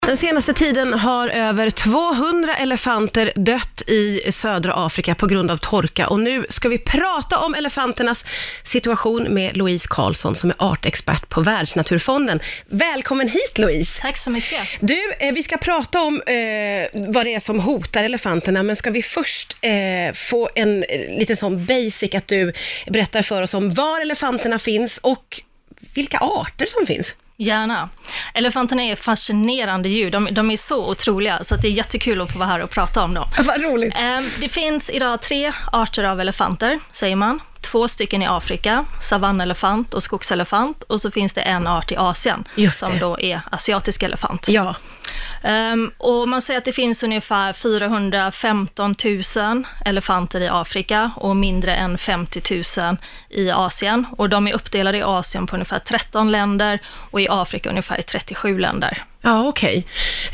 Den senaste tiden har över 200 elefanter dött i södra Afrika på grund av torka. Och nu ska vi prata om elefanternas situation med Louise Karlsson som är artexpert på Världsnaturfonden. Välkommen hit, Louise. Tack så mycket. Du, vi ska prata om vad det är som hotar elefanterna, men ska vi först få en liten sån basic att du berättar för oss om var elefanterna finns och vilka arter som finns? Gärna. Elefanterna är fascinerande djur. De är så otroliga så att det är jättekul att få vara här och prata om dem. Vad roligt. Det finns idag 3 arter av elefanter, säger man. 2 stycken i Afrika, savannelefant och skogselefant. Och så finns det en art i Asien som då är asiatisk elefant. Ja. Och man säger att det finns ungefär 415 000 elefanter i Afrika och mindre än 50 000 i Asien. Och de är uppdelade i Asien på ungefär 13 länder och i Afrika ungefär i 37 länder. Ja, okej.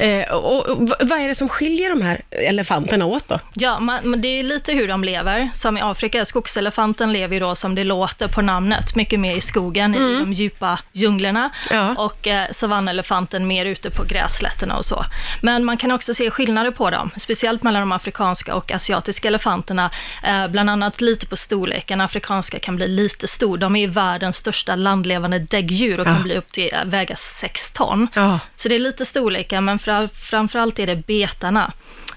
Och vad är det som skiljer de här elefanterna åt då? Ja, men det är lite hur de lever. Som i Afrika, skogselefanten lever ju då som det låter på namnet. Mycket mer i skogen, i de djupa djunglerna. Ja. Och savannelefanten mer ute på grässlätterna och så. Men man kan också se skillnader på dem. Speciellt mellan de afrikanska och asiatiska elefanterna. Bland annat lite på storleken. Afrikanska kan bli lite stor. De är ju världens största landlevande däggdjur och kan bli upp till väga 6 ton. Ja. Så det är lite storlekar, men framförallt är det betarna.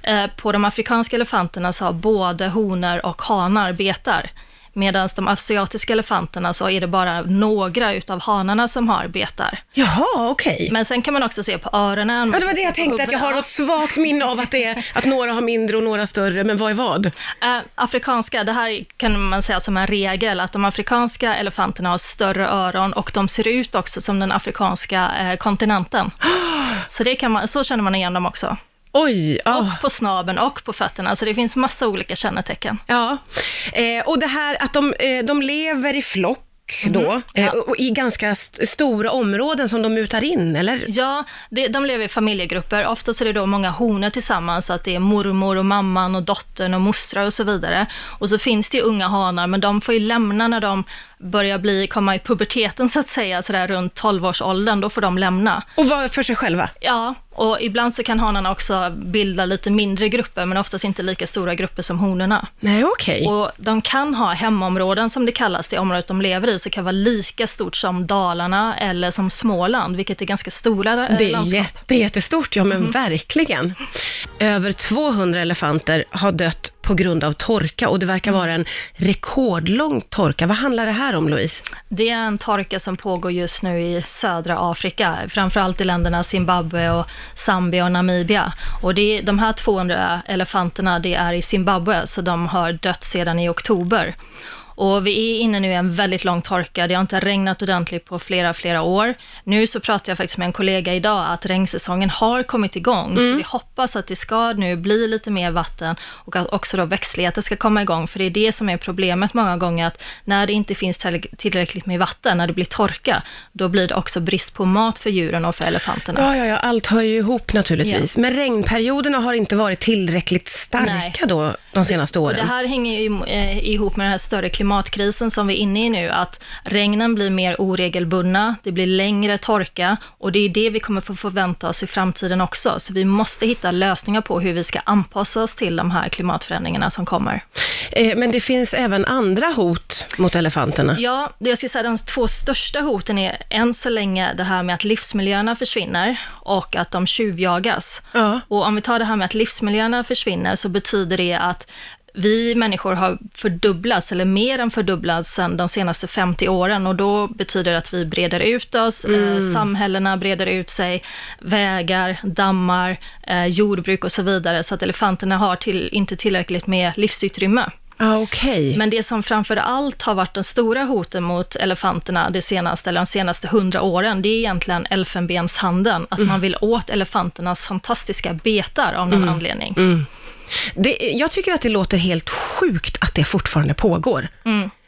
På de afrikanska elefanterna så har både honor och hanar betar. Medan de asiatiska elefanterna så är det bara några utav hanarna som har betar. Jaha, okej. Men sen kan man också se på öronen. Ja, det var det jag tänkte, att jag har något svagt minne av att det är att några har mindre och några större, men vad är vad? Afrikanska, det här kan man säga som en regel, att de afrikanska elefanterna har större öron och de ser ut också som den afrikanska kontinenten. Så så känner man igen dem också. Oj, Och på snabeln och på fötterna, så det finns massa olika kännetecken. Ja, och det här att de lever i flock då, och i ganska stora områden som de mutar in, eller? Ja, de lever i familjegrupper. Oftast är det då många honor tillsammans, så att det är mormor och mamman och dottern och mostrar och så vidare. Och så finns det ju unga hanar, men de får ju lämna när de börjar komma i puberteten så att säga, sådär runt 12-årsåldern, då får de lämna. Och vara för sig själva? Ja, och ibland så kan hanarna också bilda lite mindre grupper, men oftast inte lika stora grupper som honorna. Nej, okej. Och de kan ha hemområden som det kallas, det området de lever i, så kan vara lika stort som Dalarna eller som Småland, vilket är ganska stora landskap. Det är jättestort, ja men verkligen. Över 200 elefanter har dött på grund av torka, och det verkar vara en rekordlång torka. Vad handlar det här om, Louise? Det är en torka som pågår just nu i södra Afrika, framförallt i länderna Zimbabwe och Zambia och Namibia. Och de här 200 elefanterna, det är i Zimbabwe, så de har dött sedan i oktober. Och vi är inne nu i en väldigt lång torka. Det har inte regnat ordentligt på flera år. Nu så pratar jag faktiskt med en kollega idag att regnsäsongen har kommit igång. Så vi hoppas att det ska nu bli lite mer vatten och att också då växtligheten ska komma igång. För det är det som är problemet många gånger, att när det inte finns tillräckligt med vatten, när det blir torka, då blir det också brist på mat för djuren och för elefanterna. Ja, allt hör ju ihop naturligtvis. Ja. Men regnperioderna har inte varit tillräckligt starka då de senaste åren. Och det här hänger ju ihop med den här större klimatkrisen som vi är inne i nu, att regnen blir mer oregelbundna, det blir längre torka, och det är det vi kommer få förvänta oss i framtiden också. Så vi måste hitta lösningar på hur vi ska anpassa oss till de här klimatförändringarna som kommer. Men det finns även andra hot mot elefanterna. Ja, jag ska säga de 2 största hoten är än så länge det här med att livsmiljöerna försvinner och att de tjuvjagas. Ja. Och om vi tar det här med att livsmiljöerna försvinner, så betyder det att vi människor har fördubblats, eller mer än fördubblats sedan de senaste 50 åren, och då betyder det att vi breder ut oss, samhällena breder ut sig, vägar, dammar, jordbruk och så vidare, så att elefanterna har inte tillräckligt med livsutrymme. Okay. Men det som framför allt har varit den stora hoten mot elefanterna de senaste 100 åren, det är egentligen elfenbenshandeln, att man vill åt elefanternas fantastiska betar av någon anledning. Jag tycker att det låter helt sjukt att det fortfarande pågår.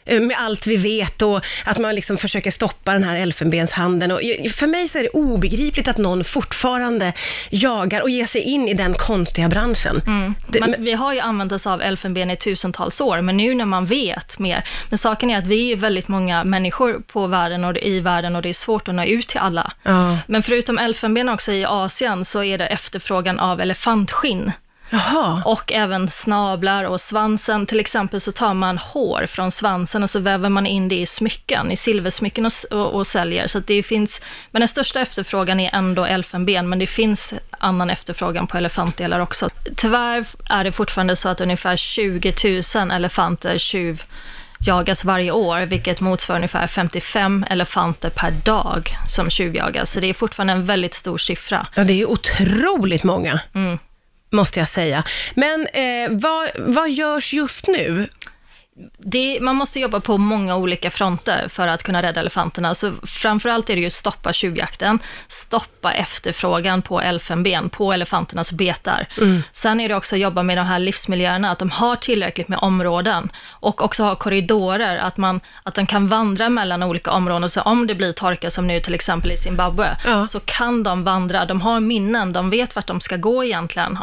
med allt vi vet och att man liksom försöker stoppa den här elfenbenshandeln. Och för mig så är det obegripligt att någon fortfarande jagar och ger sig in i den konstiga branschen. Vi har ju använt oss av elfenben i tusentals år, men nu när man vet mer. Men saken är att vi är väldigt många människor på världen och i världen och det är svårt att nå ut till alla. Men förutom elfenben också i Asien så är det efterfrågan av elefantskinn. Jaha. Och även snablar och svansen. Till exempel så tar man hår från svansen och så väver man in det i smycken, i silversmycken och säljer. Så att det finns, men den största efterfrågan är ändå elfenben, men det finns annan efterfrågan på elefantdelar också. Tyvärr är det fortfarande så att ungefär 20 000 elefanter jagas varje år, vilket motsvarar ungefär 55 elefanter per dag som tjuvjagas. Så det är fortfarande en väldigt stor siffra. Ja, det är otroligt många. Måste jag säga. Men vad görs just nu? Man måste jobba på många olika fronter för att kunna rädda elefanterna. Så framförallt är det ju stoppa tjuvjakten, stoppa efterfrågan på elfenben, på elefanternas betar. Sen är det också att jobba med de här livsmiljöerna, att de har tillräckligt med områden och också ha korridorer, att de kan vandra mellan olika områden. Så om det blir torka som nu till exempel i Zimbabwe, så kan de vandra, de har minnen, de vet vart de ska gå egentligen.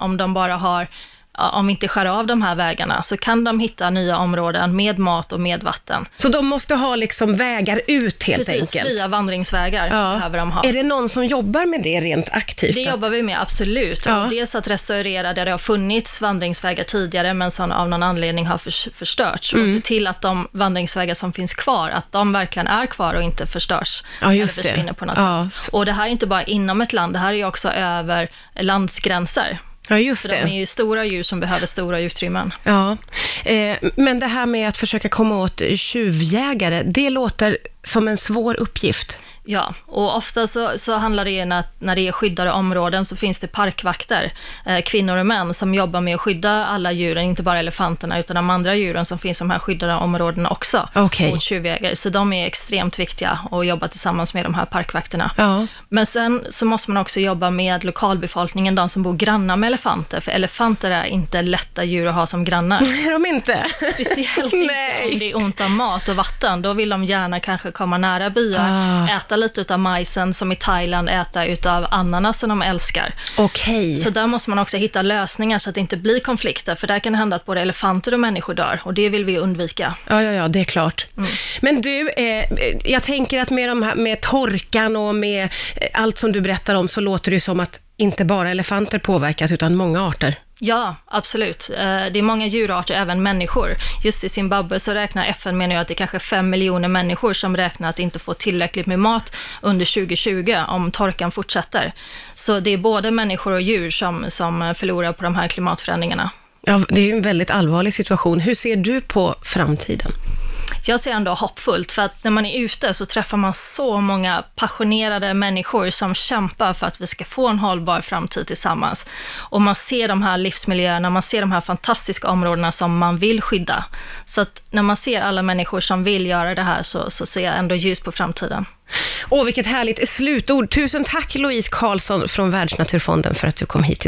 Om vi inte skär av de här vägarna så kan de hitta nya områden med mat och med vatten. Så de måste ha liksom vägar ut helt enkelt? Precis, fria vandringsvägar behöver de ha. Är det någon som jobbar med det rent aktivt? Det jobbar vi med, absolut. Och dels att restaurera där det har funnits vandringsvägar tidigare men som av någon anledning har förstörts. Och se till att de vandringsvägar som finns kvar, att de verkligen är kvar och inte förstörs. Eller försvinner på något sätt. Och det här är inte bara inom ett land, det här är också över landsgränser. Ja, just för det. De är ju stora djur som behöver stora utrymmen. Ja, men det här med att försöka komma åt tjuvjägare, det låter som en svår uppgift. Ja, och ofta så handlar det ju när det är skyddade områden så finns det parkvakter, kvinnor och män som jobbar med att skydda alla djuren, inte bara elefanterna utan de andra djuren som finns i de här skyddade områdena också mot tjuvjägare. Så de är extremt viktiga att jobba tillsammans med de här parkvakterna. Ja. Men sen så måste man också jobba med lokalbefolkningen, de som bor grannar med elefanter, för elefanter är inte lätta djur att ha som grannar. Är de inte? Speciellt inte om det är ont om mat och vatten, då vill de gärna kanske komma nära byar, äta lite utav majsen, som i Thailand äta utav ananas som de älskar. Okej. Så där måste man också hitta lösningar så att det inte blir konflikter, för där kan det hända att både elefanter och människor dör, och det vill vi undvika. Ja, det är klart. Men du, jag tänker att med torkan och med allt som du berättar om så låter det som att inte bara elefanter påverkas utan många arter. Ja, absolut. Det är många djurarter, även människor. Just i Zimbabwe så räknar FN med nu att det är kanske 5 miljoner människor som räknar att inte få tillräckligt med mat under 2020 om torkan fortsätter. Så det är både människor och djur som förlorar på de här klimatförändringarna. Ja, det är ju en väldigt allvarlig situation. Hur ser du på framtiden? Jag ser ändå hoppfullt, för att när man är ute så träffar man så många passionerade människor som kämpar för att vi ska få en hållbar framtid tillsammans. Och man ser de här livsmiljöerna, man ser de här fantastiska områdena som man vill skydda. Så att när man ser alla människor som vill göra det här så ser jag ändå ljus på framtiden. Vilket härligt slutord. Tusen tack Louise Karlsson från Världsnaturfonden för att du kom hit idag.